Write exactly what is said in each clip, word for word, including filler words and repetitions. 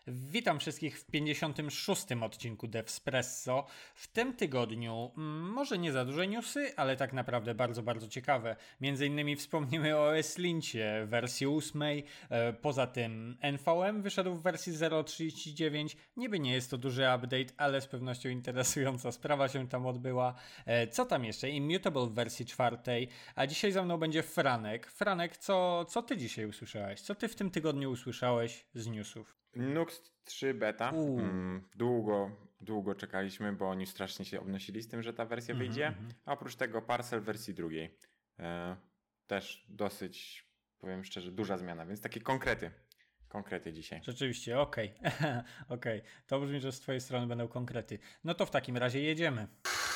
Witam wszystkich w pięćdziesiątym szóstym odcinku Devspresso. W tym tygodniu mm, może nie za duże newsy, ale tak naprawdę bardzo, bardzo ciekawe. Między innymi wspomnimy o ESLincie w wersji ósmej. E, poza tym N V M wyszedł w wersji zero trzydzieści dziewięć. Niby nie jest to duży update, ale z pewnością interesująca sprawa się tam odbyła. E, co tam jeszcze? Immutable w wersji czwartej. A dzisiaj za mną będzie Franek. Franek, co, co ty dzisiaj usłyszałeś? Co ty w tym tygodniu usłyszałeś z newsów? Nuxt trzy beta. Mm, długo, długo czekaliśmy, bo oni strasznie się obnosili z tym, że ta wersja wyjdzie. Mm-hmm. A oprócz tego Parcel w wersji drugiej. E, też dosyć, powiem szczerze, duża zmiana, więc takie konkrety. Konkrety dzisiaj. Rzeczywiście, okej. Okay. okej. Okay. To brzmi, że z twojej strony będą konkrety. No to w takim razie jedziemy.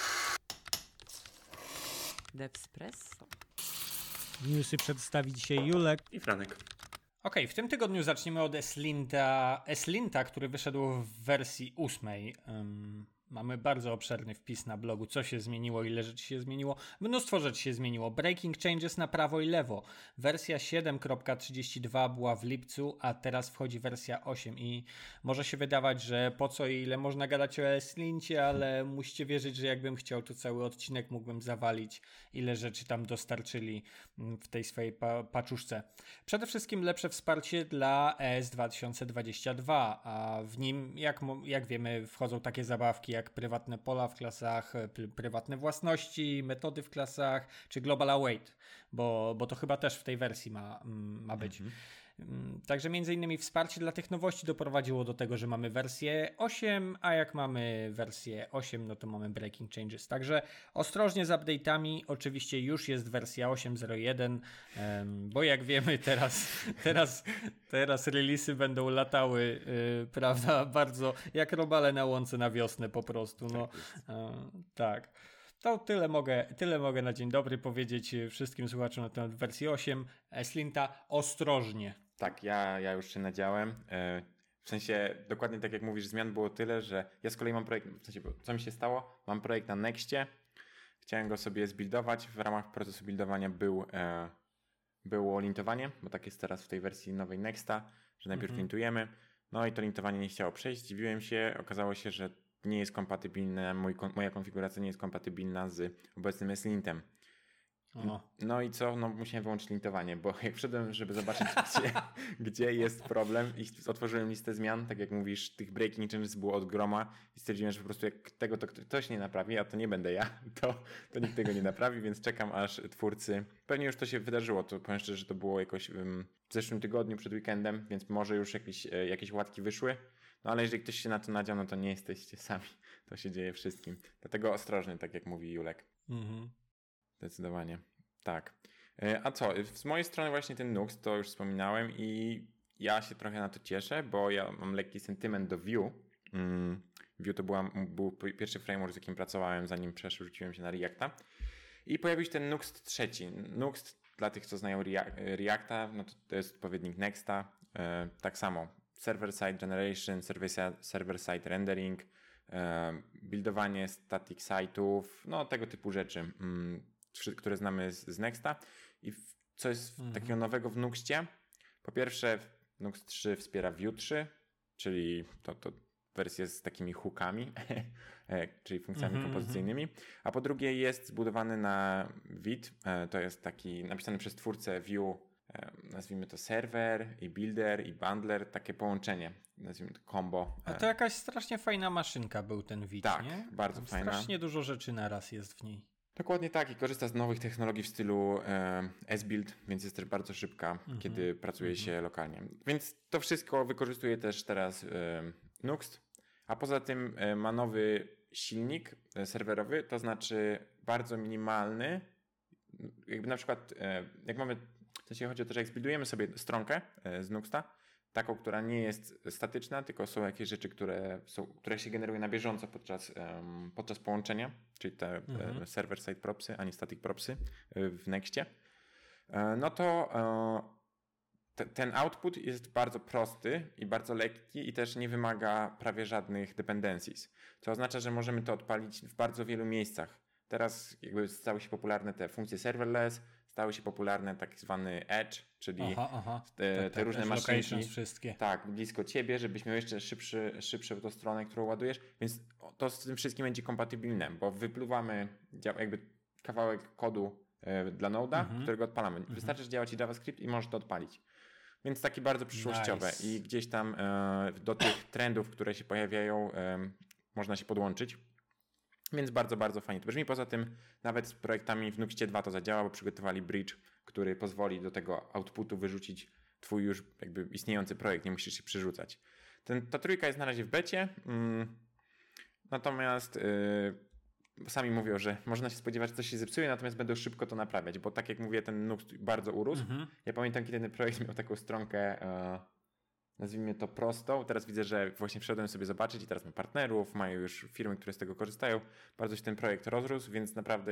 Devspresso. Newsy przedstawi dzisiaj Julek i Franek. Okej, okay, w tym tygodniu zaczniemy od ESLinta, ESLinta, który wyszedł w wersji ósmej. Um, mamy bardzo obszerny wpis na blogu, co się zmieniło, ile rzeczy się zmieniło. Mnóstwo rzeczy się zmieniło. Breaking changes na prawo i lewo. Wersja siedem kropka trzydzieści dwa była w lipcu, a teraz wchodzi wersja osiem i może się wydawać, że po co i ile można gadać o ESLincie, ale musicie wierzyć, że jakbym chciał, to cały odcinek mógłbym zawalić, ile rzeczy tam dostarczyli w tej swojej pa- paczuszce. Przede wszystkim lepsze wsparcie dla E S dwa tysiące dwadzieścia dwa, a w nim, jak, jak wiemy, wchodzą takie zabawki jak prywatne pola w klasach, p- prywatne własności, metody w klasach, czy Global Await, bo, bo to chyba też w tej wersji ma, ma być. Mhm. Także między innymi wsparcie dla tych nowości doprowadziło do tego, że mamy wersję osiem, a jak mamy wersję osiem, no to mamy breaking changes. Także ostrożnie z update'ami. Oczywiście już jest wersja osiem zero jeden, bo jak wiemy teraz, teraz, teraz releasy będą latały, prawda, bardzo jak robale na łące na wiosnę po prostu. No, tak. To tyle mogę, tyle mogę na dzień dobry powiedzieć wszystkim słuchaczom na temat wersji osiem. ESLinta ostrożnie. Tak, ja, ja już się nadziałem. W sensie, dokładnie tak jak mówisz, zmian było tyle, że ja z kolei mam projekt, w sensie, co mi się stało? Mam projekt na Nexcie. Chciałem go sobie zbuildować. W ramach procesu buildowania był, e, było lintowanie, bo tak jest teraz w tej wersji nowej Nexta, że najpierw mhm. lintujemy. No i to lintowanie nie chciało przejść. Zdziwiłem się. Okazało się, że nie jest kompatybilne, mój, moja konfiguracja nie jest kompatybilna z obecnym ESLintem. O. No i co? No musiałem wyłączyć lintowanie, bo jak wszedłem, żeby zobaczyć, gdzie, gdzie jest problem i otworzyłem listę zmian, tak jak mówisz, tych breaking changes było od groma i stwierdziłem, że po prostu jak tego to ktoś nie naprawi, a to nie będę ja, to, to nikt tego nie naprawi, więc czekam aż twórcy, pewnie już to się wydarzyło, to powiem szczerze, że to było jakoś w zeszłym tygodniu przed weekendem, więc może już jakieś, jakieś łatki wyszły. No ale jeżeli ktoś się na to nadział, no to nie jesteście sami. To się dzieje wszystkim. Dlatego ostrożnie, tak jak mówi Julek. Mhm. Zdecydowanie. Tak. A co? Z mojej strony właśnie ten Nuxt, to już wspominałem i ja się trochę na to cieszę, bo ja mam lekki sentyment do Vue. Mm. Vue to była, był pierwszy framework, z jakim pracowałem, zanim przerzuciłem się na Reacta. I pojawił się ten Nuxt trzeci. Nuxt, dla tych, co znają Reacta, no to, to jest odpowiednik Nexta. E, tak samo. Server-side generation, server-side rendering, e, buildowanie static site'ów, no tego typu rzeczy, mm, które znamy z, z Nexta. I w, co jest mhm. takiego nowego w Nuxtie? Po pierwsze, Nuxt trzy wspiera Vue trzy, czyli to, to wersję z takimi hookami, czyli funkcjami mhm, kompozycyjnymi. A po drugie jest zbudowany na Vite, e, to jest taki napisany przez twórcę Vue, nazwijmy to serwer i builder i bundler, takie połączenie, nazwijmy to combo. A to jakaś strasznie fajna maszynka był ten Vite, tak, nie? bardzo fajna. Strasznie dużo rzeczy naraz jest w niej. Dokładnie tak i korzysta z nowych technologii w stylu e, S-Build, więc jest też bardzo szybka, mm-hmm. kiedy pracuje mm-hmm. się lokalnie. Więc to wszystko wykorzystuje też teraz e, Nuxt, a poza tym e, ma nowy silnik e, serwerowy, to znaczy bardzo minimalny, jakby na przykład e, jak mamy w sensie chodzi o to, że jak zbudujemy sobie stronkę z Nuxta, taką, która nie jest statyczna, tylko są jakieś rzeczy, które, są, które się generują na bieżąco podczas, um, podczas połączenia, czyli te mhm. server-side propsy, a nie static propsy w Nexcie, no to te, ten output jest bardzo prosty i bardzo lekki i też nie wymaga prawie żadnych dependencies, co oznacza, że możemy to odpalić w bardzo wielu miejscach. Teraz jakby stały się popularne te funkcje serverless, stały się popularne tak zwany Edge, czyli aha, aha. te, tak, te tak, różne locations maszynki. wszystkie. Tak, blisko ciebie, żebyś miał jeszcze szybszy, szybszą tą stronę, którą ładujesz, więc to z tym wszystkim będzie kompatybilne, bo wypluwamy jakby kawałek kodu dla Node'a, mhm. którego odpalamy. Mhm. Wystarczy, że działa ci JavaScript i możesz to odpalić. Więc takie bardzo przyszłościowe nice. I gdzieś tam e, do tych trendów, które się pojawiają, e, można się podłączyć. Więc bardzo, bardzo fajnie to brzmi. Poza tym nawet z projektami w Nuxie dwa to zadziała, bo przygotowali bridge, który pozwoli do tego outputu wyrzucić twój już jakby istniejący projekt, nie musisz się przerzucać. Ten, ta trójka jest na razie w becie, mm, natomiast yy, sami mówią, że można się spodziewać, że coś się zepsuje, natomiast będą szybko to naprawiać, bo tak jak mówię, ten Nux bardzo urósł. Mm-hmm. Ja pamiętam, kiedy ten projekt miał taką stronkę, yy, nazwijmy to prostą. Teraz widzę, że właśnie wszedłem sobie zobaczyć i teraz ma partnerów, mają już firmy, które z tego korzystają. Bardzo się ten projekt rozrósł, więc naprawdę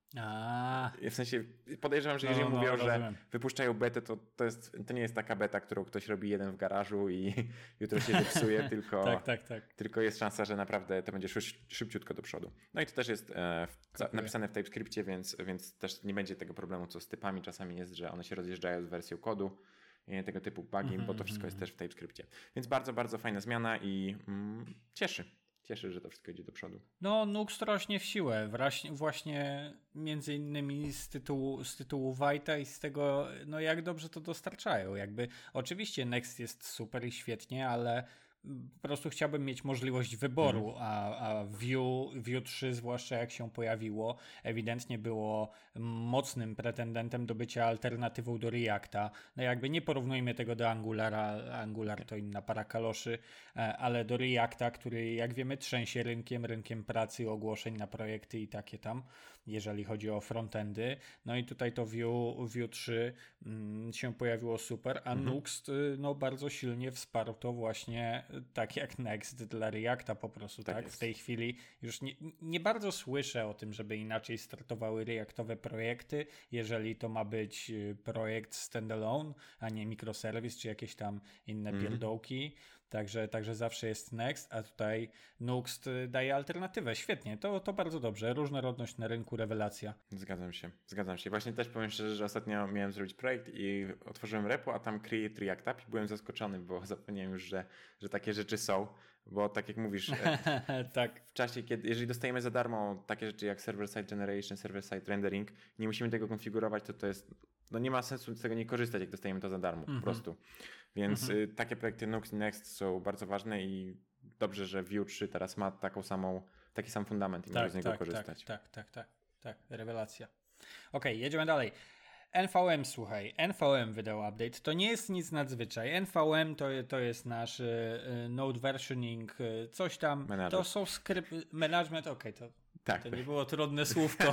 A. w sensie podejrzewam, że no, jeżeli no, mówią, rozumiem. że wypuszczają betę, to, to, jest, to nie jest taka beta, którą ktoś robi jeden w garażu i jutro się zepsuje, tylko, tak, tak, tak. tylko jest szansa, że naprawdę to będzie szyb, szybciutko do przodu. No i to też jest e, w, napisane w TypeScriptie, więc, więc też nie będzie tego problemu, co z typami czasami jest, że one się rozjeżdżają z wersją kodu, tego typu bugi, mm-hmm, bo to wszystko jest też w TypeScriptie. Więc bardzo, bardzo fajna zmiana i mm, cieszy. Cieszy, że to wszystko idzie do przodu. No, Nux rośnie w siłę. Właśnie, właśnie między innymi z tytułu, z tytułu White'a i z tego, no jak dobrze to dostarczają. Jakby oczywiście Next jest super i świetnie, ale po prostu chciałbym mieć możliwość wyboru, mm. a, a Vue, Vue trzy, zwłaszcza jak się pojawiło, ewidentnie było mocnym pretendentem do bycia alternatywą do Reacta. No jakby nie porównujmy tego do Angulara, Angular to inna para kaloszy, ale do Reacta, który jak wiemy trzęsie rynkiem, rynkiem pracy, ogłoszeń na projekty i takie tam, jeżeli chodzi o frontendy. No i tutaj to Vue, Vue trzy mm, się pojawiło super, a mhm. Nuxt no bardzo silnie wsparł to właśnie tak jak Next dla Reacta po prostu, tak? tak? W tej chwili już nie, nie bardzo słyszę o tym, żeby inaczej startowały Reactowe projekty, jeżeli to ma być projekt standalone, a nie microservice, czy jakieś tam inne mhm. pierdołki. Także, także zawsze jest Next, a tutaj Nuxt daje alternatywę. Świetnie, to, to bardzo dobrze. Różnorodność na rynku, rewelacja. Zgadzam się, zgadzam się. Właśnie też powiem szczerze, że ostatnio miałem zrobić projekt i otworzyłem repo, a tam Create React App i byłem zaskoczony, bo zapomniałem już, że, że takie rzeczy są. Bo tak jak mówisz, tak. w czasie, kiedy, jeżeli dostajemy za darmo takie rzeczy jak server-side generation, server-side rendering, nie musimy tego konfigurować, to to jest, no nie ma sensu z tego nie korzystać, jak dostajemy to za darmo, mm-hmm. po prostu. Więc mm-hmm. y, takie projekty Nux i Next są bardzo ważne i dobrze, że Vue trzy teraz ma taką samą, taki sam fundament i tak, może z niego tak, korzystać. Tak, tak, tak, tak, tak, rewelacja. Okej, okay, jedziemy dalej. N V M, słuchaj, N V M wydał update, to nie jest nic nadzwyczaj. N V M to, to jest nasz y, node versioning, y, coś tam, Management. To są skrypty, management, okej, okay, to, tak. to nie było trudne słówko.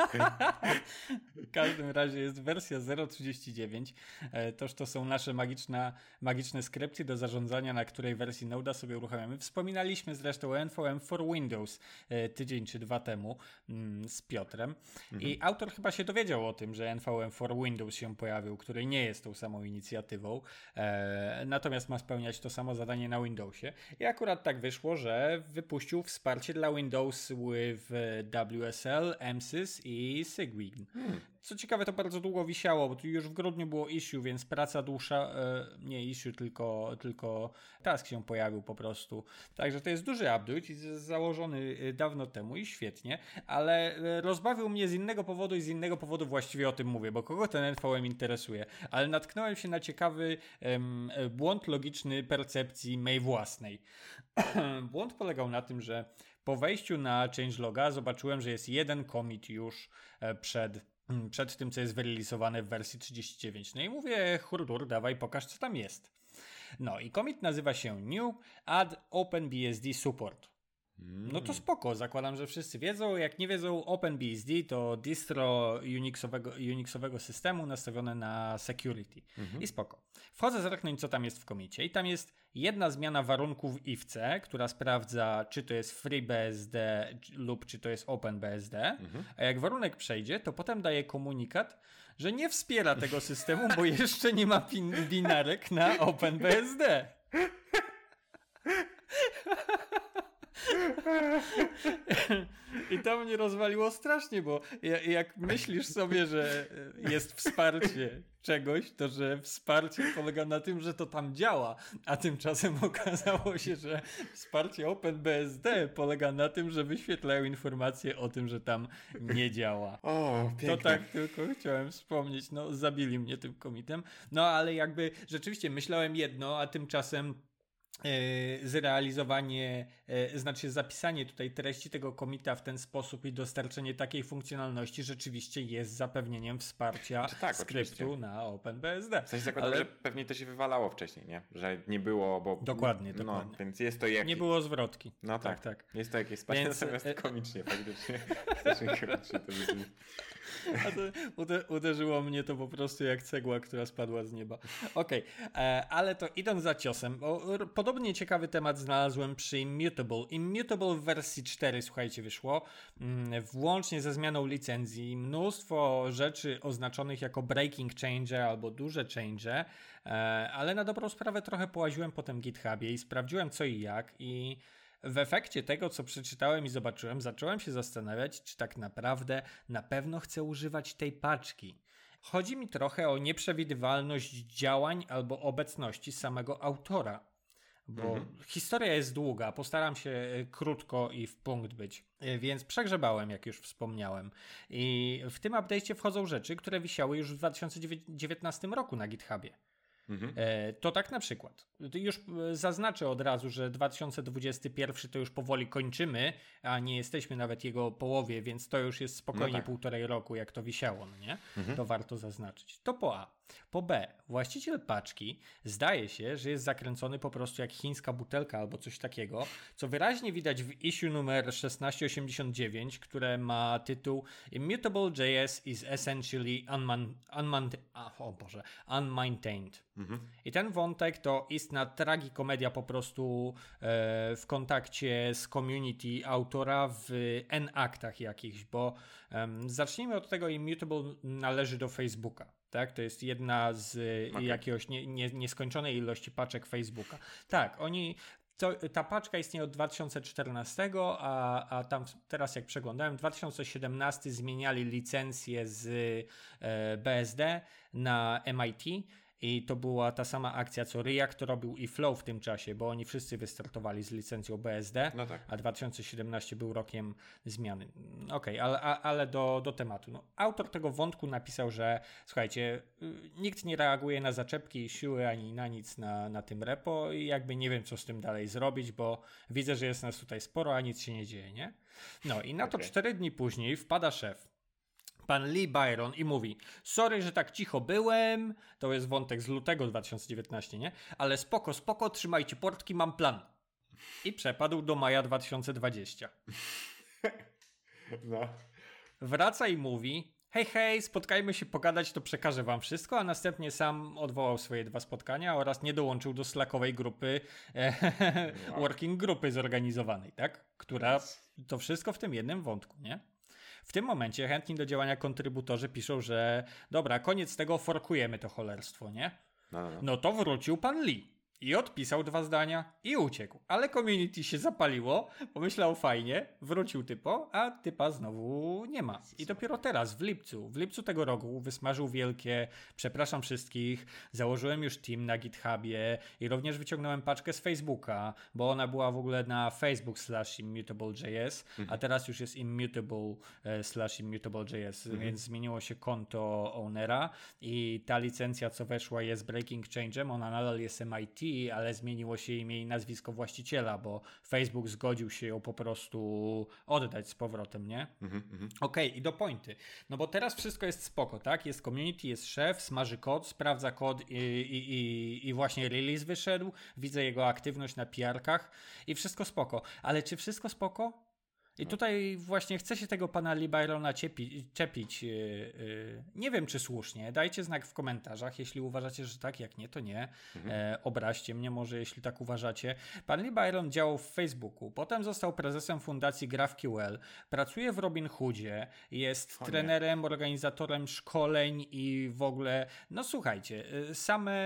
W każdym razie jest wersja zero trzydzieści dziewięć, toż to są nasze magiczne, magiczne skrypty do zarządzania, na której wersji Node'a sobie uruchamiamy. Wspominaliśmy zresztą o N V M for Windows tydzień czy dwa temu mm, z Piotrem mhm. i autor chyba się dowiedział o tym, że N V M for Windows się pojawił, który nie jest tą samą inicjatywą, e, natomiast ma spełniać to samo zadanie na Windowsie i akurat tak wyszło, że wypuścił wsparcie dla Windows w W S L, M S Y S i Cygwin. Hmm. Co ciekawe, to bardzo długo wisiało, bo tu już w grudniu było issue, więc praca dłuższa, e, nie issue, tylko, tylko task się pojawił po prostu. Także to jest duży update, założony dawno temu i świetnie, ale rozbawił mnie z innego powodu i z innego powodu właściwie o tym mówię, bo kogo ten N V M interesuje, ale natknąłem się na ciekawy em, błąd logiczny percepcji mej własnej. Błąd polegał na tym, że po wejściu na changeloga zobaczyłem, że jest jeden commit już przed, przed tym, co jest wyrealizowane w wersji trzydzieści dziewięć. No i mówię, hurdur, dawaj pokaż, co tam jest. No i commit nazywa się new add OpenBSD support. No to spoko, zakładam, że wszyscy wiedzą. Jak nie wiedzą, OpenBSD to distro Unixowego, Unixowego systemu nastawione na security. Mhm. I spoko. Wchodzę zerknąć, co tam jest w komicie i tam jest jedna zmiana warunków w I W C, która sprawdza, czy to jest FreeBSD lub czy to jest OpenBSD, mhm. a jak warunek przejdzie, to potem daje komunikat, że nie wspiera tego systemu, bo jeszcze nie ma pin- binarek na OpenBSD. I to mnie rozwaliło strasznie, bo jak myślisz sobie, że jest wsparcie czegoś, to że wsparcie polega na tym, że to tam działa, a tymczasem okazało się, że wsparcie OpenBSD polega na tym, że wyświetlają informacje o tym, że tam nie działa. O, piękne. To tak tylko chciałem wspomnieć, no zabili mnie tym komitem, no ale jakby rzeczywiście myślałem jedno, a tymczasem zrealizowanie, znaczy zapisanie tutaj treści tego komita w ten sposób i dostarczenie takiej funkcjonalności rzeczywiście jest zapewnieniem wsparcia znaczy, tak, skryptu oczywiście. na OpenBSD. W sensie zakładam, ale... że pewnie to się wywalało wcześniej, nie? Że nie było, bo... Dokładnie, no, dokładnie. Więc jest to jakieś... Nie było zwrotki. No tak, tak. tak. Jest to jakieś wsparcie, Więc... natomiast komicznie, faktycznie. Strasznie komicznie to brzmi. A to uderzyło mnie to po prostu jak cegła, która spadła z nieba. Okej, okay. Ale to idąc za ciosem, bo podobnie ciekawy temat znalazłem przy Immutable. Immutable w wersji cztery, słuchajcie, wyszło, włącznie ze zmianą licencji, mnóstwo rzeczy oznaczonych jako breaking change albo duże change, ale na dobrą sprawę trochę połaziłem po tym GitHubie i sprawdziłem co i jak i w efekcie tego, co przeczytałem i zobaczyłem, zacząłem się zastanawiać, czy tak naprawdę na pewno chcę używać tej paczki. Chodzi mi trochę o nieprzewidywalność działań albo obecności samego autora, bo mhm. historia jest długa, postaram się krótko i w punkt być, więc przegrzebałem, jak już wspomniałem. I w tym update'cie wchodzą rzeczy, które wisiały już w dwa tysiące dziewiętnastym roku na GitHubie. Mhm. To tak na przykład. Już zaznaczę od razu, że dwa tysiące dwudziesty pierwszy to już powoli kończymy, a nie jesteśmy nawet jego połowie, więc to już jest spokojnie no tak. półtorej roku, jak to wisiało, no nie? Mhm. To warto zaznaczyć. To po A. Po B. Właściciel paczki zdaje się, że jest zakręcony po prostu jak chińska butelka albo coś takiego, co wyraźnie widać w issue numer szesnaście osiemdziesiąt dziewięć, które ma tytuł Immutable.js is essentially unman- unman- a, o Boże, unmaintained. Mhm. I ten wątek to istna tragikomedia po prostu e, w kontakcie z community autora w N-aktach jakichś, bo e, zacznijmy od tego, Immutable należy do Facebooka. Tak? To jest jedna z okay. jakiegoś nie, nie, nieskończonej ilości paczek Facebooka. Tak, oni... To, ta paczka istnieje od dwa tysiące czternastego, a, a tam teraz jak przeglądałem, dwa tysiące siedemnasty zmieniali licencję z e, B S D na M I T i to była ta sama akcja, co React robił i Flow w tym czasie, bo oni wszyscy wystartowali z licencją B S D, no tak. a dwa tysiące siedemnasty był rokiem zmiany. Okej, okay, ale, ale do, do tematu. No, autor tego wątku napisał, że słuchajcie, nikt nie reaguje na zaczepki i siły ani na nic na, na tym repo i jakby nie wiem, co z tym dalej zrobić, bo widzę, że jest nas tutaj sporo, a nic się nie dzieje, nie? No i na to okay. cztery dni później wpada szef, pan Lee Byron, i mówi: sorry, że tak cicho byłem, to jest wątek z lutego dwa tysiące dziewiętnastego, nie? Ale spoko, spoko, trzymajcie portki, mam plan. I przepadł do maja dwa tysiące dwudziestego. No. Wraca i mówi: hej, hej, spotkajmy się pogadać, to przekażę wam wszystko, a następnie sam odwołał swoje dwa spotkania oraz nie dołączył do slackowej grupy e, wow. working grupy zorganizowanej, tak? Która to wszystko w tym jednym wątku, nie? W tym momencie chętni do działania kontrybutorzy piszą, że dobra, koniec tego, forkujemy to cholerstwo, nie? No, no. no to wrócił pan Lee i odpisał dwa zdania i uciekł. Ale community się zapaliło, pomyślał fajnie, wrócił typo, a typa znowu nie ma. I dopiero teraz, w lipcu, w lipcu tego roku wysmażył wielkie przepraszam wszystkich, założyłem już team na GitHubie i również wyciągnąłem paczkę z Facebooka, bo ona była w ogóle na Facebook slash immutable.js, mhm. a teraz już jest immutable slash immutable.js, mhm. więc zmieniło się konto ownera i ta licencja, co weszła, jest breaking change'em, ona nadal jest M I T, ale zmieniło się imię i nazwisko właściciela, bo Facebook zgodził się ją po prostu oddać z powrotem, nie? Mm-hmm. Okej, okay, i do pointy. No bo teraz wszystko jest spoko, tak? Jest community, jest szef, smaży kod, sprawdza kod i, i, i, i właśnie release wyszedł, widzę jego aktywność na P R-kach i wszystko spoko. Ale czy wszystko spoko? I tutaj właśnie chcę się tego pana Lee Byrona ciepi, czepić. Yy, yy. Nie wiem, czy słusznie. Dajcie znak w komentarzach, jeśli uważacie, że tak, jak nie, to nie. Mhm. E, obraźcie mnie może, jeśli tak uważacie. Pan Lee Byron działał w Facebooku, potem został prezesem fundacji GraphQL, pracuje w Robinhoodzie, jest o trenerem, organizatorem szkoleń i w ogóle, no słuchajcie, same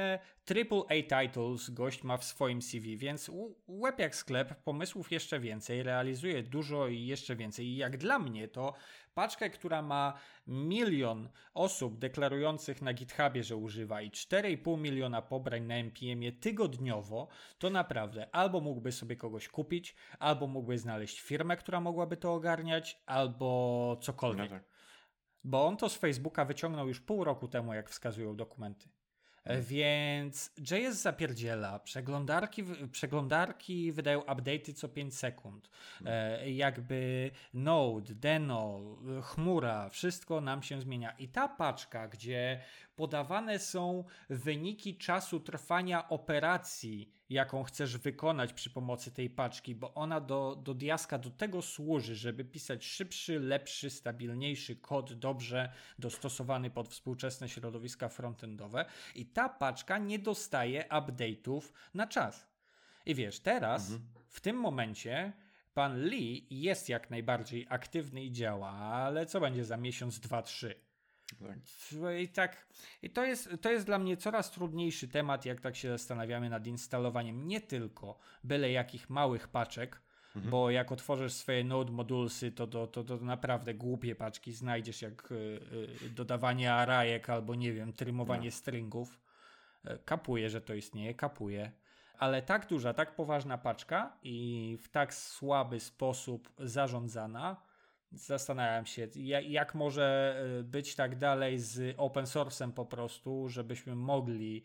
Triple A titles gość ma w swoim C V, więc łeb jak sklep, pomysłów jeszcze więcej, realizuje dużo i jeszcze więcej. I jak dla mnie to paczkę, która ma milion osób deklarujących na GitHubie, że używa i cztery i pół miliona pobrań na N P M-ie tygodniowo, to naprawdę albo mógłby sobie kogoś kupić, albo mógłby znaleźć firmę, która mogłaby to ogarniać, albo cokolwiek. No tak. Bo on to z Facebooka wyciągnął już pół roku temu, jak wskazują dokumenty. Hmm. Więc J S zapierdziela, przeglądarki, przeglądarki wydają update'y co pięć sekund. Hmm. E, jakby Node, Deno, chmura, wszystko nam się zmienia. I ta paczka, gdzie podawane są wyniki czasu trwania operacji, jaką chcesz wykonać przy pomocy tej paczki, bo ona do, do diaska do tego służy, żeby pisać szybszy, lepszy, stabilniejszy kod, dobrze dostosowany pod współczesne środowiska frontendowe. I ta paczka nie dostaje update'ów na czas. I wiesz, teraz mhm. w tym momencie pan Lee jest jak najbardziej aktywny i działa, ale co będzie za miesiąc, dwa, trzy? Tak. I tak, i to jest, to jest dla mnie coraz trudniejszy temat, jak tak się zastanawiamy nad instalowaniem nie tylko byle jakich małych paczek, mhm. bo jak otworzysz swoje Node Modulesy, to, to, to, to naprawdę głupie paczki znajdziesz, jak y, y, dodawanie arrayek albo nie wiem, trymowanie no. stringów. Kapuję, że to istnieje, kapuję. Ale tak duża, tak poważna paczka i w tak słaby sposób zarządzana, zastanawiam się, jak może być tak dalej z open source'em po prostu, żebyśmy mogli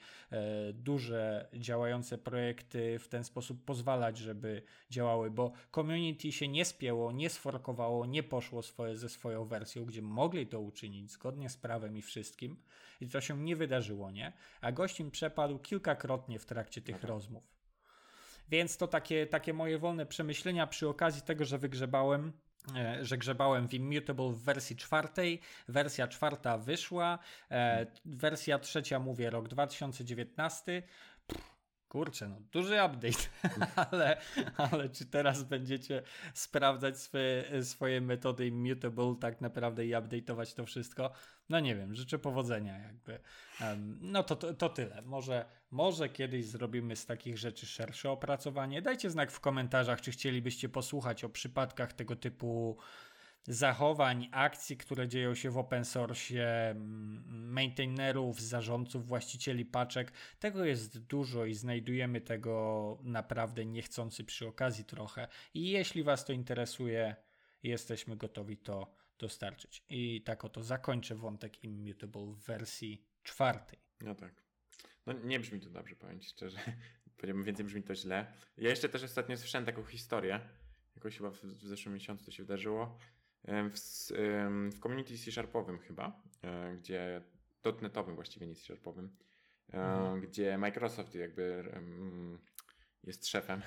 duże działające projekty w ten sposób pozwalać, żeby działały, bo community się nie spięło, nie sforkowało, nie poszło swoje, ze swoją wersją, gdzie mogli to uczynić zgodnie z prawem i wszystkim i to się nie wydarzyło, nie? A gość im przepadł kilkakrotnie w trakcie tych Aha. rozmów. Więc to takie, takie moje wolne przemyślenia przy okazji tego, że wygrzebałem że grzebałem w Immutable w wersji czwartej, wersja czwarta wyszła, e, wersja trzecia, mówię, rok dwa tysiące dziewiętnasty. Pff, kurczę, no duży update, ale, ale czy teraz będziecie sprawdzać swoje, swoje metody Immutable tak naprawdę i update'ować to wszystko? No nie wiem, życzę powodzenia jakby. Um, no to, to, to tyle. Może, może kiedyś zrobimy z takich rzeczy szersze opracowanie. Dajcie znak w komentarzach, czy chcielibyście posłuchać o przypadkach tego typu zachowań, akcji, które dzieją się w open source'ie, maintainerów, zarządców, właścicieli paczek. Tego jest dużo i znajdujemy tego naprawdę niechcący przy okazji trochę. I jeśli was to interesuje, jesteśmy gotowi to dostarczyć. I tak oto zakończę wątek Immutable w wersji czwartej. No tak. No nie brzmi to dobrze, powiem ci szczerze. Powiedziałbym, więcej brzmi to źle. Ja jeszcze też ostatnio słyszałem taką historię. Jakoś chyba w, w zeszłym miesiącu to się wydarzyło. W, w community C-Sharpowym chyba, gdzie dotnetowym właściwie, nie C-Sharpowym, mhm. gdzie Microsoft jakby jest szefem.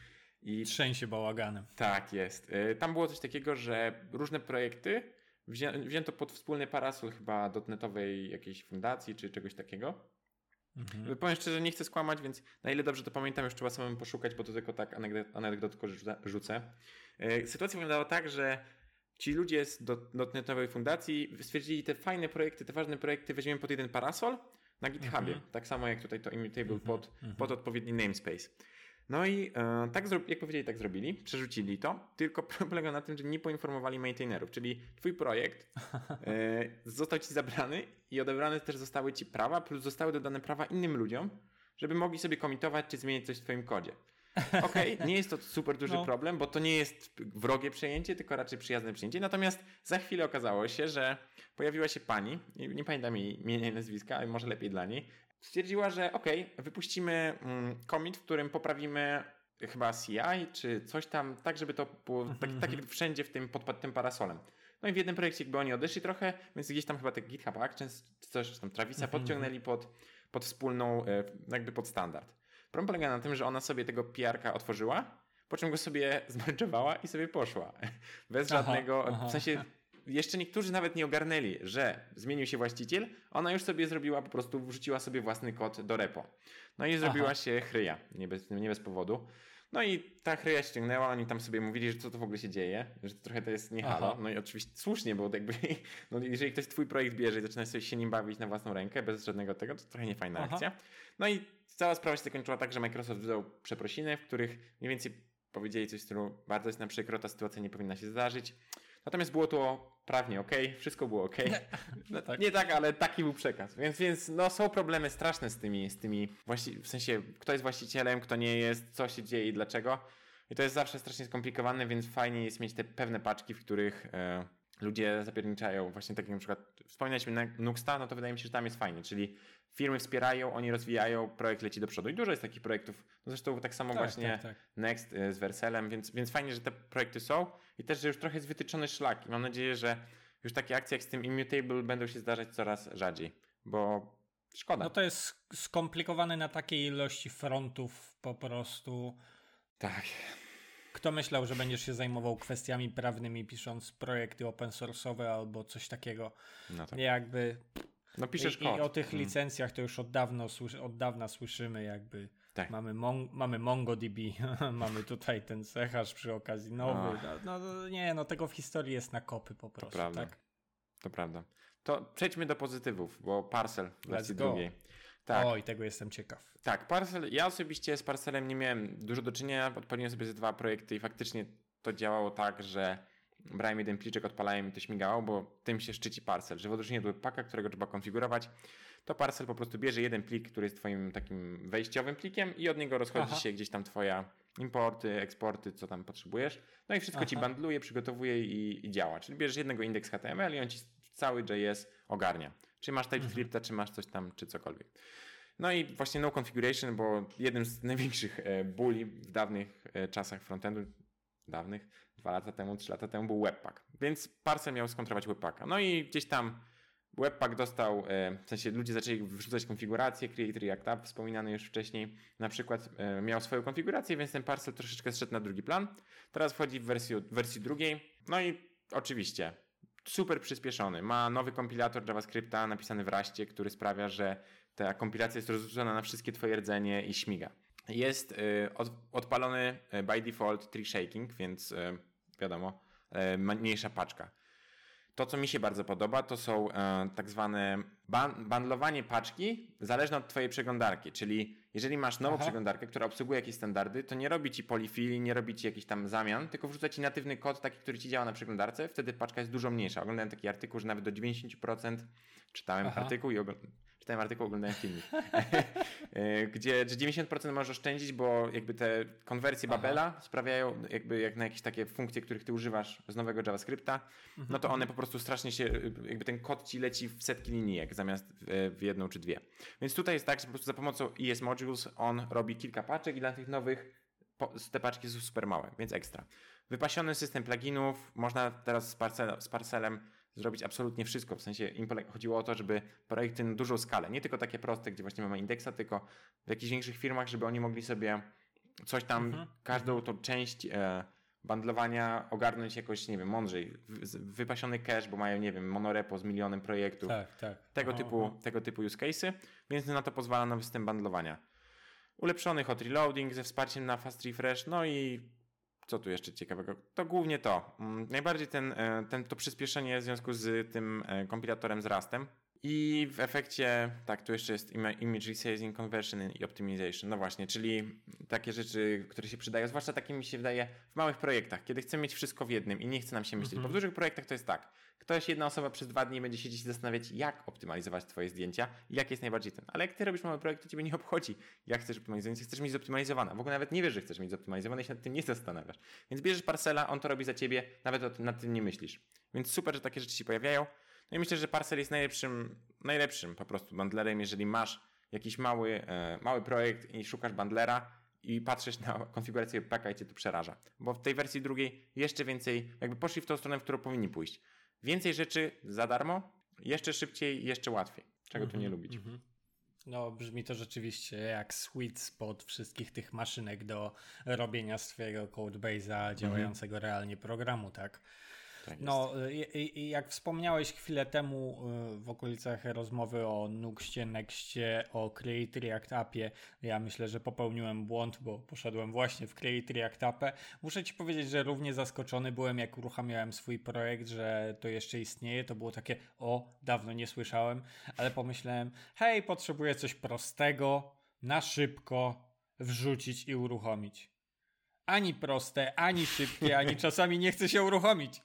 I trzęsie bałaganem. Tak jest. Tam było coś takiego, że różne projekty wzię, wzięto pod wspólny parasol chyba dotnetowej jakiejś fundacji czy czegoś takiego. Mhm. Powiem szczerze, nie chcę skłamać, więc na ile dobrze to pamiętam, już trzeba samemu poszukać, bo to tylko tak anegdot, anegdotko rzucę. Sytuacja wyglądała tak, że ci ludzie z dotnetowej fundacji stwierdzili, te fajne projekty, te ważne projekty weźmiemy pod jeden parasol na GitHubie. Mhm. Tak samo jak tutaj to Immutable mhm. pod, mhm. pod odpowiedni namespace. No i e, tak, jak powiedzieli, tak zrobili, przerzucili to, tylko polega na tym, że nie poinformowali maintainerów, czyli twój projekt e, został ci zabrany i odebrane też zostały ci prawa, plus zostały dodane prawa innym ludziom, żeby mogli sobie komitować czy zmienić coś w twoim kodzie. Okej, okay, nie jest to super duży no. problem, bo to nie jest wrogie przejęcie, tylko raczej przyjazne przejęcie. Natomiast za chwilę okazało się, że pojawiła się pani, nie, nie pamiętam jej imienia i nazwiska, ale może lepiej dla niej, stwierdziła, że okej, okay, wypuścimy mm, commit, w którym poprawimy chyba C I czy coś tam, tak żeby to było tak, tak jak wszędzie w tym, pod, pod tym parasolem. No i w jednym projekcie jakby oni odeszli trochę, więc gdzieś tam chyba te GitHub Actions czy coś tam Travisa podciągnęli pod, pod wspólną, jakby pod standard. Problem polega na tym, że ona sobie tego P R ka otworzyła, po czym go sobie zmerczowała i sobie poszła. Bez aha, żadnego, aha. w sensie jeszcze niektórzy nawet nie ogarnęli, że zmienił się właściciel, ona już sobie zrobiła, po prostu wrzuciła sobie własny kod do repo. No i zrobiła aha. się chryja, nie bez, nie bez powodu. No i ta chryja ściągnęła, oni tam sobie mówili, że co to w ogóle się dzieje, że to trochę to jest nie halo. No i oczywiście słusznie, bo jakby, no jeżeli ktoś twój projekt bierze i zaczyna sobie się nim bawić na własną rękę, bez żadnego tego, to trochę niefajna aha. akcja. No i cała sprawa się zakończyła tak, że Microsoft wydał przeprosiny, w których mniej więcej powiedzieli coś w stylu bardzo jest nam przykro, ta sytuacja nie powinna się zdarzyć. Natomiast było to prawnie ok, wszystko było ok. No, tak. Nie tak, ale taki był przekaz. Więc, więc no, są problemy straszne z tymi, z tymi właści- w sensie kto jest właścicielem, kto nie jest, co się dzieje i dlaczego. I to jest zawsze strasznie skomplikowane, więc fajnie jest mieć te pewne paczki, w których e, ludzie zapierniczają. Właśnie tak jak na przykład wspominaliśmy Nuxta, no to wydaje mi się, że tam jest fajnie, czyli firmy wspierają, oni rozwijają, projekt leci do przodu i dużo jest takich projektów. No zresztą tak samo tak, właśnie tak, tak. Next z Vercelem, więc, więc fajnie, że te projekty są i też, że już trochę jest wytyczony szlak i mam nadzieję, że już takie akcje jak z tym Immutable będą się zdarzać coraz rzadziej, bo szkoda. No to jest skomplikowane na takiej ilości frontów po prostu. Tak. Kto myślał, że będziesz się zajmował kwestiami prawnymi pisząc projekty open source'owe albo coś takiego. No tak. Jakby... No piszesz I, kod. I o tych licencjach to już od, dawno, od dawna słyszymy, jakby tak. mamy, mon, mamy MongoDB, mamy tutaj ten cechasz przy okazji nowy. No, no nie, no tego w historii jest na kopy po prostu. To prawda. Tak? To prawda. To przejdźmy do pozytywów, bo Parcel w wersji drugiej. Tak. Oj, tego jestem ciekaw. Tak, Parcel, ja osobiście z Parcelem nie miałem dużo do czynienia, odpaliłem sobie ze dwa projekty i faktycznie to działało tak, że brałem jeden pliczek, odpalałem i to śmigało, bo tym się szczyci Parcel, że w odróżnieniu od Webpacka, którego trzeba konfigurować, to Parcel po prostu bierze jeden plik, który jest twoim takim wejściowym plikiem i od niego rozchodzi Aha. się gdzieś tam twoja importy, eksporty, co tam potrzebujesz. No i wszystko Aha. ci bundluje, przygotowuje i, i działa. Czyli bierzesz jednego indeks H T M L i on ci cały J S ogarnia. Czy masz TypeScripta, mhm. czy masz coś tam, czy cokolwiek. No i właśnie no configuration, bo jednym z największych e, bóli w dawnych e, czasach frontendu, dawnych, dwa lata temu, trzy lata temu był Webpack. Więc Parcel miał skontrować Webpacka. No i gdzieś tam Webpack dostał, e, w sensie ludzie zaczęli wrzucać konfiguracje, Create React App, wspominany już wcześniej, na przykład e, miał swoją konfigurację, więc ten Parcel troszeczkę zszedł na drugi plan. Teraz wchodzi w wersji, w wersji drugiej. No i oczywiście super przyspieszony. Ma nowy kompilator JavaScripta napisany w Ruście, który sprawia, że ta kompilacja jest rozrzucona na wszystkie twoje rdzenie i śmiga. Jest y, od, odpalony by default tree shaking, więc y, wiadomo, y, mniejsza paczka. To, co mi się bardzo podoba, to są y, tak zwane ban- bundlowanie paczki zależne od twojej przeglądarki, czyli jeżeli masz nową Aha. przeglądarkę, która obsługuje jakieś standardy, to nie robi ci polifili, nie robi ci jakichś tam zamian, tylko wrzuca ci natywny kod taki, który ci działa na przeglądarce, wtedy paczka jest dużo mniejsza. Oglądałem taki artykuł, że nawet do dziewięćdziesiąt procent czytałem Aha. artykuł i oglądałem Czytałem artykuł, oglądałem filmik, gdzie dziewięćdziesiąt procent możesz oszczędzić, bo jakby te konwersje Aha. Babela sprawiają jakby jak na jakieś takie funkcje, których ty używasz z nowego JavaScripta, mhm. no to one po prostu strasznie się, jakby ten kod ci leci w setki linijek zamiast w, w jedną czy dwie. Więc tutaj jest tak, że po prostu za pomocą E S Modules on robi kilka paczek i dla tych nowych te paczki są super małe, więc ekstra. Wypasiony system pluginów, można teraz z, parcel, z Parcelem zrobić absolutnie wszystko, w sensie im chodziło o to, żeby projekty na dużą skalę, nie tylko takie proste, gdzie właśnie mamy indeksa, tylko w jakichś większych firmach, żeby oni mogli sobie coś tam, mhm. każdą tą część e, bundlowania ogarnąć jakoś, nie wiem, mądrzej. Wypasiony cache, bo mają, nie wiem, monorepo z milionem projektów. Tak, tak. Tego, Aha, typu, aha. tego typu use case'y, więc na to pozwala nowy system bundlowania. Ulepszony hot reloading ze wsparciem na fast refresh, no i co tu jeszcze ciekawego? To głównie to. Najbardziej ten, ten, to przyspieszenie w związku z tym kompilatorem z Rustem. I w efekcie, tak, tu jeszcze jest image resizing, conversion i optimization. No właśnie, czyli takie rzeczy, które się przydają, zwłaszcza takie mi się wydaje w małych projektach, kiedy chcemy mieć wszystko w jednym i nie chce nam się myśleć. Mm-hmm. Bo w dużych projektach to jest tak. Ktoś, jedna osoba przez dwa dni będzie siedzieć i zastanawiać, jak optymalizować twoje zdjęcia i jak jest najbardziej ten. Ale jak ty robisz mały projekt, to ciebie nie obchodzi, jak chcesz optymalizować, chcesz mieć zoptymalizowane. W ogóle nawet nie wiesz, że chcesz mieć zoptymalizowane i się nad tym nie zastanawiasz. Więc bierzesz Parcela, on to robi za ciebie, nawet nad tym nie myślisz. Więc super, że takie rzeczy się pojawiają. No i myślę, że Parcel jest najlepszym, najlepszym po prostu bundlerem, jeżeli masz jakiś mały, e, mały projekt i szukasz bundlera i patrzysz na konfigurację Webpacka i cię to przeraża. Bo w tej wersji drugiej jeszcze więcej, jakby poszli w tą stronę, w którą powinni pójść. Więcej rzeczy za darmo, jeszcze szybciej, jeszcze łatwiej. Czego mm-hmm, tu nie lubić? Mm-hmm. No brzmi to rzeczywiście jak sweet spot wszystkich tych maszynek do robienia swojego codebase'a działającego mm-hmm. realnie programu, tak? No i, i jak wspomniałeś chwilę temu w okolicach rozmowy o Nuxcie, Nexcie, o Create React Appie, ja myślę, że popełniłem błąd, bo poszedłem właśnie w Create React Appę. Muszę ci powiedzieć, że równie zaskoczony byłem, jak uruchamiałem swój projekt, że to jeszcze istnieje. To było takie, o, dawno nie słyszałem, ale pomyślałem, hej, potrzebuję coś prostego, na szybko wrzucić i uruchomić. Ani proste, ani szybkie, ani czasami nie chce się uruchomić.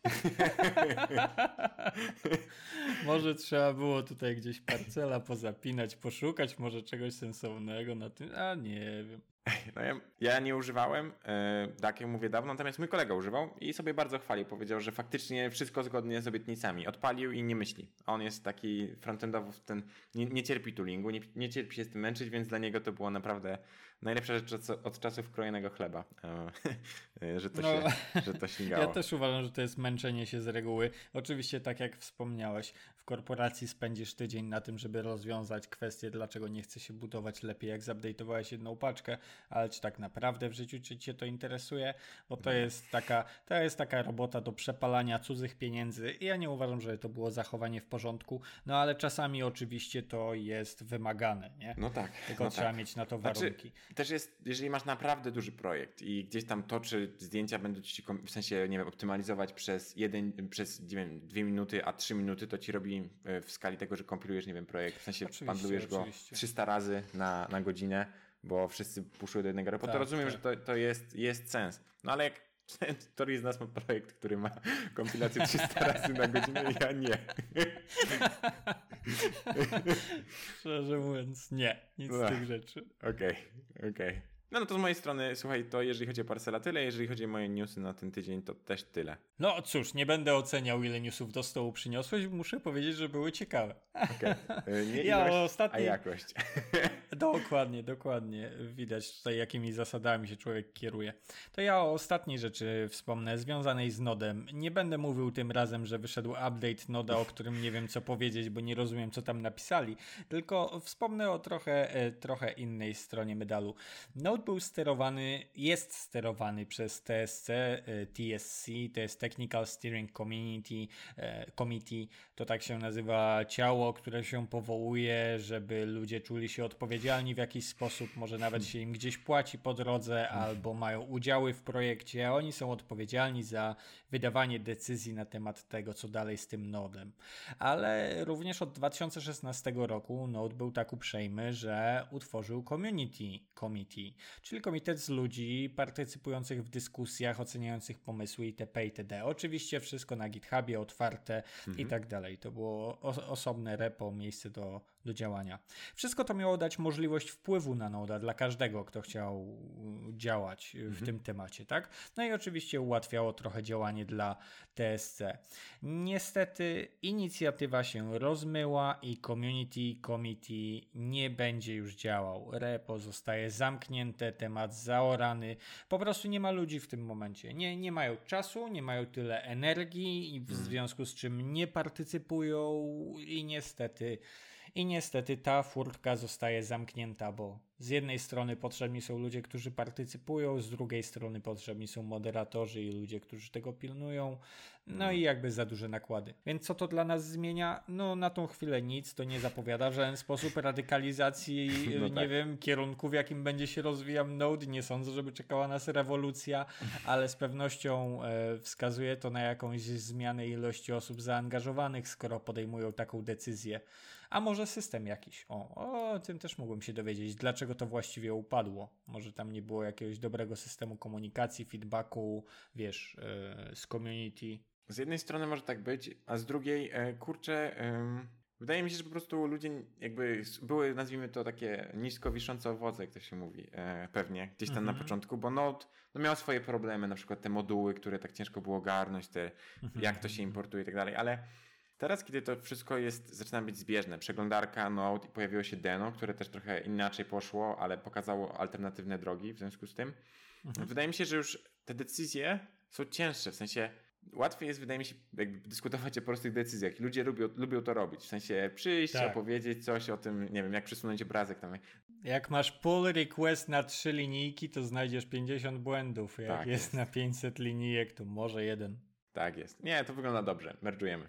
Może trzeba było tutaj gdzieś parcela pozapinać, poszukać może czegoś sensownego na tym, a nie wiem. No ja, ja nie używałem, yy, tak jak mówię dawno, natomiast mój kolega używał i sobie bardzo chwalił. Powiedział, że faktycznie wszystko zgodnie z obietnicami. Odpalił i nie myśli. On jest taki frontendowy, ten, nie, nie cierpi toolingu, nie, nie cierpi się z tym męczyć, więc dla niego to było naprawdę najlepsza rzecz od, od czasów krojonego chleba, yy, że, to no, się, że to śmigało. Ja też uważam, że to jest męczenie się z reguły. Oczywiście tak jak wspomniałeś, w korporacji spędzisz tydzień na tym, żeby rozwiązać kwestię, dlaczego nie chce się budować lepiej, jak zupdate'owałeś jedną paczkę, ale czy tak naprawdę w życiu czy cię to interesuje? Bo to jest taka, to jest taka robota do przepalania cudzych pieniędzy i ja nie uważam, że to było zachowanie w porządku, no ale czasami oczywiście to jest wymagane, nie? No tak. Tylko no trzeba tak. mieć na to Znaczy, warunki. też jest, jeżeli masz naprawdę duży projekt i gdzieś tam to, czy zdjęcia będą ci w sensie, nie wiem, optymalizować przez jeden, przez nie wiem, dwie minuty, a trzy minuty, to ci robi w skali tego, że kompilujesz, nie wiem, projekt, w sensie handlujesz go trzysta razy na, na godzinę, bo wszyscy puszują do jednego repo, tak, to rozumiem, tak. że to, to jest, jest sens. No ale jak któryś z nas ma projekt, który ma kompilację trzysta razy na godzinę, ja nie. Szczerze mówiąc, nie. Nic no, z tych rzeczy. Okej, okay, okej. Okay. No, no to z mojej strony, słuchaj, to jeżeli chodzi o Parcela tyle, jeżeli chodzi o moje newsy na ten tydzień, to też tyle. No cóż, nie będę oceniał, ile newsów do stołu przyniosłeś, muszę powiedzieć, że były ciekawe. Okej, okay. Nie ja ilość, ostatni... a jakość. Dokładnie, dokładnie. Widać tutaj, jakimi zasadami się człowiek kieruje. To ja o ostatniej rzeczy wspomnę, związanej z Nodem. Nie będę mówił tym razem, że wyszedł update Noda, o którym nie wiem co powiedzieć, bo nie rozumiem, co tam napisali, tylko wspomnę o trochę, trochę innej stronie medalu. Node był sterowany, jest sterowany przez T S C, T S C, to jest Technical Steering Community, Committee, to tak się nazywa ciało, które się powołuje, żeby ludzie czuli się odpowiedzialni w jakiś sposób, może nawet się im gdzieś płaci po drodze, albo mają udziały w projekcie, a oni są odpowiedzialni za wydawanie decyzji na temat tego, co dalej z tym Nodem. Ale również od dwa tysiące szesnastego roku Node był tak uprzejmy, że utworzył Community Committee, czyli komitet z ludzi partycypujących w dyskusjach, oceniających pomysły itp. itd. Oczywiście wszystko na GitHubie, otwarte mhm. i tak dalej. To było o- osobne repo, miejsce do, do działania. Wszystko to miało dać możliwość wpływu na Noda dla każdego, kto chciał działać w mhm. tym temacie, tak? No i oczywiście ułatwiało trochę działanie dla T S C. Niestety inicjatywa się rozmyła i Community Committee nie będzie już działał. Repo zostaje zamknięte, temat zaorany. Po prostu nie ma ludzi w tym momencie. Nie, nie mają czasu, nie mają tyle energii i w hmm. związku z czym nie partycypują i niestety I niestety ta furtka zostaje zamknięta, bo z jednej strony potrzebni są ludzie, którzy partycypują, z drugiej strony potrzebni są moderatorzy i ludzie, którzy tego pilnują, no i jakby za duże nakłady. Więc co to dla nas zmienia? No na tą chwilę nic, to nie zapowiada w żaden sposób radykalizacji, no tak. nie wiem, kierunku, w jakim będzie się rozwijał Node. Nie sądzę, żeby czekała nas rewolucja, ale z pewnością e, wskazuje to na jakąś zmianę ilości osób zaangażowanych, skoro podejmują taką decyzję. A może system jakiś? O, o tym też mógłbym się dowiedzieć. Dlaczego to właściwie upadło? Może tam nie było jakiegoś dobrego systemu komunikacji, feedbacku, wiesz, yy, z community. Z jednej strony może tak być, a z drugiej, e, kurczę, e, wydaje mi się, że po prostu ludzie jakby były, nazwijmy to takie nisko wiszące owoce, jak to się mówi, e, pewnie, gdzieś tam mm-hmm. na początku, bo Node no, miał swoje problemy, na przykład te moduły, które tak ciężko było ogarnąć, te, mm-hmm. jak to się importuje i tak dalej, ale teraz, kiedy to wszystko jest, zaczyna być zbieżne, przeglądarka, Node i pojawiło się Deno, które też trochę inaczej poszło, ale pokazało alternatywne drogi w związku z tym. Mhm. Wydaje mi się, że już te decyzje są cięższe, w sensie łatwiej jest, wydaje mi się, jakby dyskutować o prostych decyzjach. Ludzie lubią, lubią to robić, w sensie przyjść, tak. opowiedzieć coś o tym, nie wiem, jak przesunąć obrazek tam. Jak masz pull request na trzy linijki, to znajdziesz pięćdziesiąt błędów. Jak tak jest, jest na pięćset linijek, to może jeden. Tak jest. Nie, to wygląda dobrze. Merge'ujemy.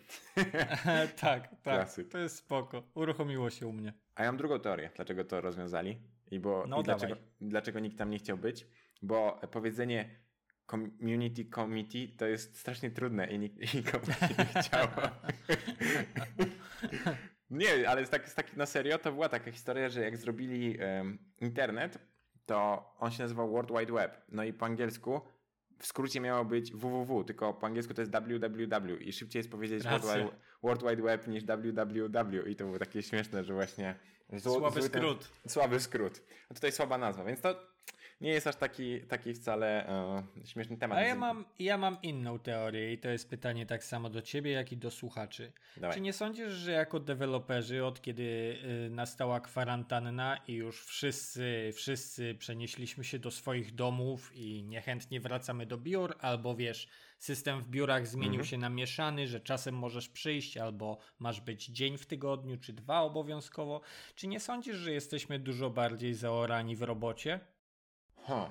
tak, tak. Klasyk. To jest spoko. Uruchomiło się u mnie. A ja mam drugą teorię, dlaczego to rozwiązali. I, bo, no i dlaczego, dlaczego nikt tam nie chciał być. Bo powiedzenie community committee to jest strasznie trudne i nikt nikomu się nie chciało. Nie, ale z tak, z tak na serio to była taka historia, że jak zrobili um, internet, to on się nazywał World Wide Web. No i po angielsku w skrócie miało być www, tylko po angielsku to jest www i szybciej jest powiedzieć World Wide, World Wide Web niż www i to było takie śmieszne, że właśnie zło, słaby zły ten, skrót. Słaby skrót. A tutaj słaba nazwa, więc to nie jest aż taki, taki wcale uh, śmieszny temat. A ja mam, ja mam inną teorię i to jest pytanie tak samo do ciebie, jak i do słuchaczy. Dawaj. Czy nie sądzisz, że jako deweloperzy, od kiedy y, nastała kwarantanna i już wszyscy, wszyscy przenieśliśmy się do swoich domów i niechętnie wracamy do biur, albo wiesz, system w biurach zmienił Mhm. się na mieszany, że czasem możesz przyjść, albo masz być dzień w tygodniu, czy dwa obowiązkowo. Czy nie sądzisz, że jesteśmy dużo bardziej zaorani w robocie? Huh.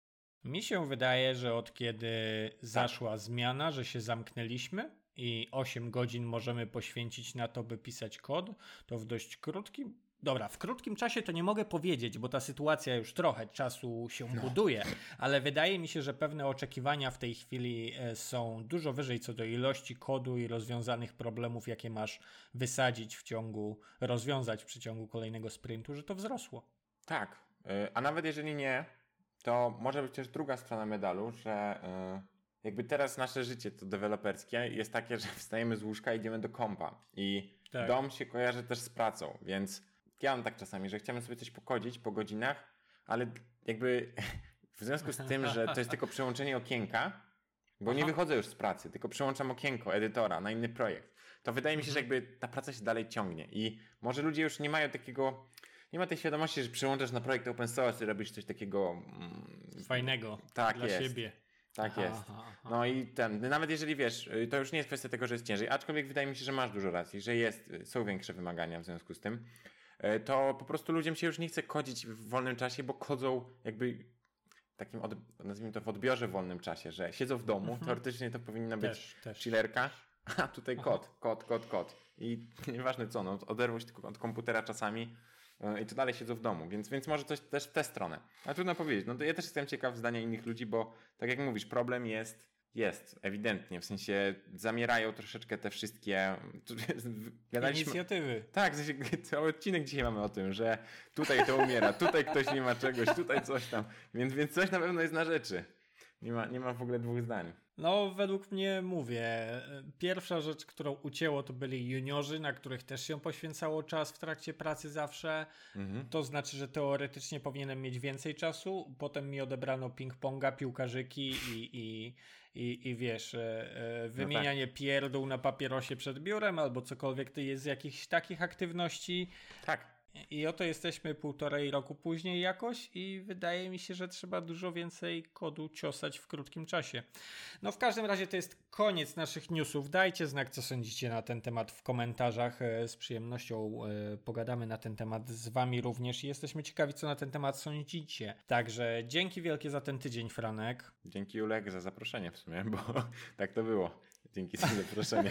Mi się wydaje, że od kiedy zaszła zmiana, że się zamknęliśmy i osiem godzin możemy poświęcić na to, by pisać kod, to w dość krótkim, dobra, w krótkim czasie to nie mogę powiedzieć, bo ta sytuacja już trochę czasu się No. buduje, ale wydaje mi się, że pewne oczekiwania w tej chwili e, są dużo wyżej co do ilości kodu i rozwiązanych problemów, jakie masz wysadzić w ciągu, rozwiązać w przeciągu kolejnego sprintu, że to wzrosło. Tak, y, a nawet jeżeli nie, to może być też druga strona medalu, że y, jakby teraz nasze życie to deweloperskie jest takie, że wstajemy z łóżka i idziemy do kompa i Tak. dom się kojarzy też z pracą, więc ja mam tak czasami, że chciałem sobie coś pokodzić po godzinach, ale jakby w związku z tym, że to jest tylko przełączenie okienka, bo nie Aha. wychodzę już z pracy, tylko przełączam okienko edytora na inny projekt, to wydaje mi się, że jakby ta praca się dalej ciągnie i może ludzie już nie mają takiego, nie ma tej świadomości, że przełączasz na projekt open source i robisz coś takiego mm, fajnego tak dla jest. siebie. Tak Aha, jest. aha, aha. No i ten, nawet jeżeli wiesz, to już nie jest kwestia tego, że jest ciężej, aczkolwiek wydaje mi się, że masz dużo racji, że jest, są większe wymagania w związku z tym, to po prostu ludziom się już nie chce kodzić w wolnym czasie, bo kodzą jakby takim, od, nazwijmy to w odbiorze w wolnym czasie, że siedzą w domu, Mhm. teoretycznie to powinna być Też, też. chillerka, a tutaj kod, kod, kod, kod. I nieważne co, no, oderwą się tylko od komputera czasami yy, i to dalej siedzą w domu, więc, więc może coś też w tę stronę. A trudno powiedzieć, no to ja też jestem ciekaw zdania innych ludzi, bo tak jak mówisz, problem jest, jest, ewidentnie, w sensie zamierają troszeczkę te wszystkie... Gadaliśmy, Inicjatywy. tak, w sensie, cały odcinek dzisiaj mamy o tym, że tutaj to umiera, tutaj ktoś nie ma czegoś, tutaj coś tam, więc, więc coś na pewno jest na rzeczy. Nie ma, nie ma w ogóle dwóch zdań. No, według mnie mówię, pierwsza rzecz, którą ucięło, to byli juniorzy, na których też się poświęcało czas w trakcie pracy zawsze. Mhm. To znaczy, że teoretycznie powinienem mieć więcej czasu. Potem mi odebrano ping-ponga, piłkarzyki i, i, i, i wiesz, e, e, wymienianie pierdół na papierosie przed biurem albo cokolwiek to jest z jakichś takich aktywności. Tak. I oto jesteśmy półtorej roku później jakoś i wydaje mi się, że trzeba dużo więcej kodu ciosać w krótkim czasie. No w każdym razie to jest koniec naszych newsów. Dajcie znak, co sądzicie na ten temat w komentarzach. Z przyjemnością pogadamy na ten temat z wami również i jesteśmy ciekawi, co na ten temat sądzicie. Także dzięki wielkie za ten tydzień, Franek. Dzięki Julek za zaproszenie w sumie, bo tak to było. Dzięki za zaproszenie.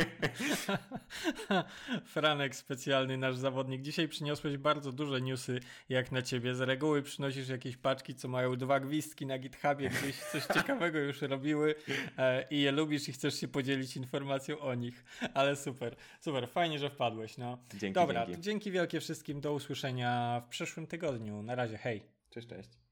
Franek, specjalny nasz zawodnik. Dzisiaj przyniosłeś bardzo duże newsy, jak na ciebie. Z reguły przynosisz jakieś paczki, co mają dwa gwizdki na GitHubie, gdzieś coś ciekawego już robiły e, i je lubisz i chcesz się podzielić informacją o nich. Ale super, super, fajnie, że wpadłeś. No. Dzięki, Dobra, dzięki. to dzięki wielkie wszystkim. Do usłyszenia w przyszłym tygodniu. Na razie, hej. Cześć, cześć.